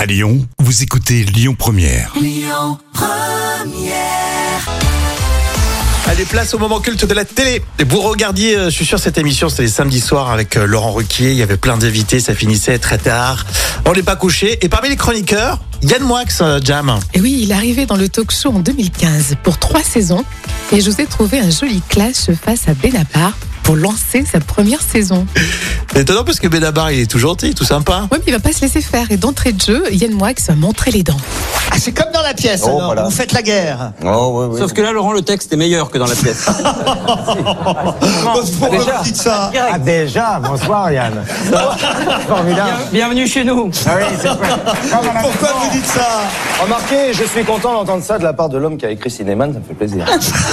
À Lyon, vous écoutez Lyon Première. Lyon Première. Allez, place au moment culte de la télé. Vous regardiez, je suis sûr, cette émission, c'était les samedis soirs avec Laurent Ruquier. Il y avait plein d'invités, ça finissait très tard. On n'est pas couché. Et parmi les chroniqueurs, Yann Moix, Jam. Et oui, il est arrivé dans le talk show en 2015 pour 3 saisons. Et je vous ai trouvé un joli clash face à Benabar pour lancer sa première saison. C'est étonnant parce que Benabar, il est tout gentil, tout sympa. Oui, mais il va pas se laisser faire. Et d'entrée de jeu, Yann Moix a montré les dents. Ah, c'est comme dans la pièce, Oh, alors. voilà. Vous faites la guerre. Oh, oui. Sauf que là, Laurent, le texte est meilleur que dans la pièce. Pourquoi vous dites ça? Ah, déjà, bonsoir Yann. Formidable. Bienvenue chez nous. Ah oui, c'est vrai. Pourquoi vous dites ça? Remarquez, je suis content d'entendre ça de la part de l'homme qui a écrit Cinéman, ça me fait plaisir.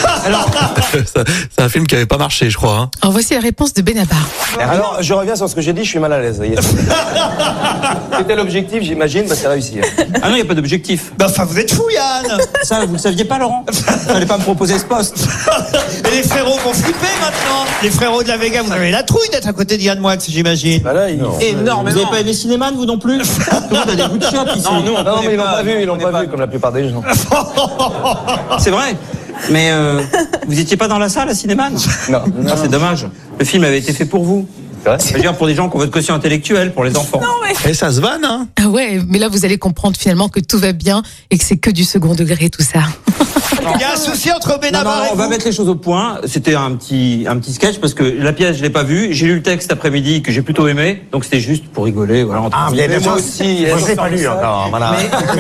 C'est un film qui avait pas marché, je crois. Hein. Alors voici la réponse de Benabar. Alors, je reviens sur ce que j'ai dit, je suis mal à l'aise. Voyez. C'était l'objectif, j'imagine, bah c'est réussi. Ah non, il n'y a pas d'objectif. Bah, enfin, vous êtes fou, Yann. Ça, vous le saviez pas, Laurent? Fallait pas me proposer ce poste. Et les frérots vont flipper maintenant. Les frérots de la Vega, vous avez la trouille d'être à côté de Yann Moix, j'imagine. Bah là, ils... Énormément. Vous avez pas aimé Cinéman, vous non plus? Tout le monde a des bouts de chiottes ici. Non, Non, mais ils l'ont pas vu, comme la plupart des gens. C'est vrai. Mais vous étiez pas dans la salle à Cinéman? Non. Ah, c'est dommage. Le film avait été fait pour vous. Je veux dire, pour des gens qui ont votre quotient intellectuel, pour les enfants. Et ça se vanne, hein. Ah ouais, mais là vous allez comprendre finalement que tout va bien et que c'est que du second degré tout ça. Il y a un souci entre Non, Benabar et on va vous. mettre les choses au point. C'était un petit sketch parce que la pièce, je l'ai pas vue. J'ai lu le texte cet après-midi que j'ai plutôt aimé. Donc c'était juste pour rigoler. Voilà, entre amis. Mais moi aussi. Moi, j'ai pas lu encore, voilà.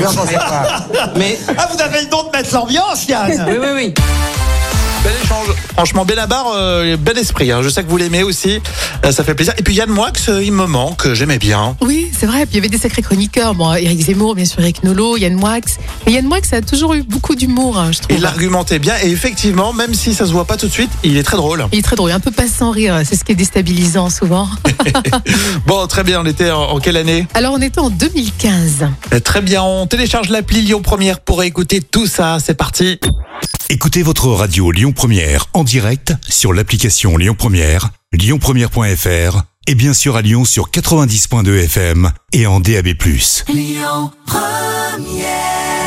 Mais Ah, vous avez le don de mettre l'ambiance, Yann. oui. Bel échange. Franchement, Benabar, bel esprit. Hein. Je sais que vous l'aimez aussi. Ça fait plaisir. Et puis Yann Moix, il me manque. J'aimais bien. Oui, c'est vrai. Puis il y avait des sacrés chroniqueurs. Bon, Éric Zemmour, bien sûr, Eric Nolot, Yann Moix. Mais Yann Moix a toujours eu beaucoup d'humour, hein, je trouve. Il l'argumentait bien. Et effectivement, même si ça se voit pas tout de suite, il est très drôle. Il est très drôle, un peu pas sans rire. C'est ce qui est déstabilisant souvent. Bon, très bien. On était en quelle année? Alors on était en 2015. Très bien. On télécharge l'appli Lyon Première pour écouter tout ça. C'est parti. Écoutez votre radio Lyon Première en direct sur l'application Lyon Première, lyonpremière.fr et bien sûr à Lyon sur 90.2 FM et en DAB+. Lyon Première.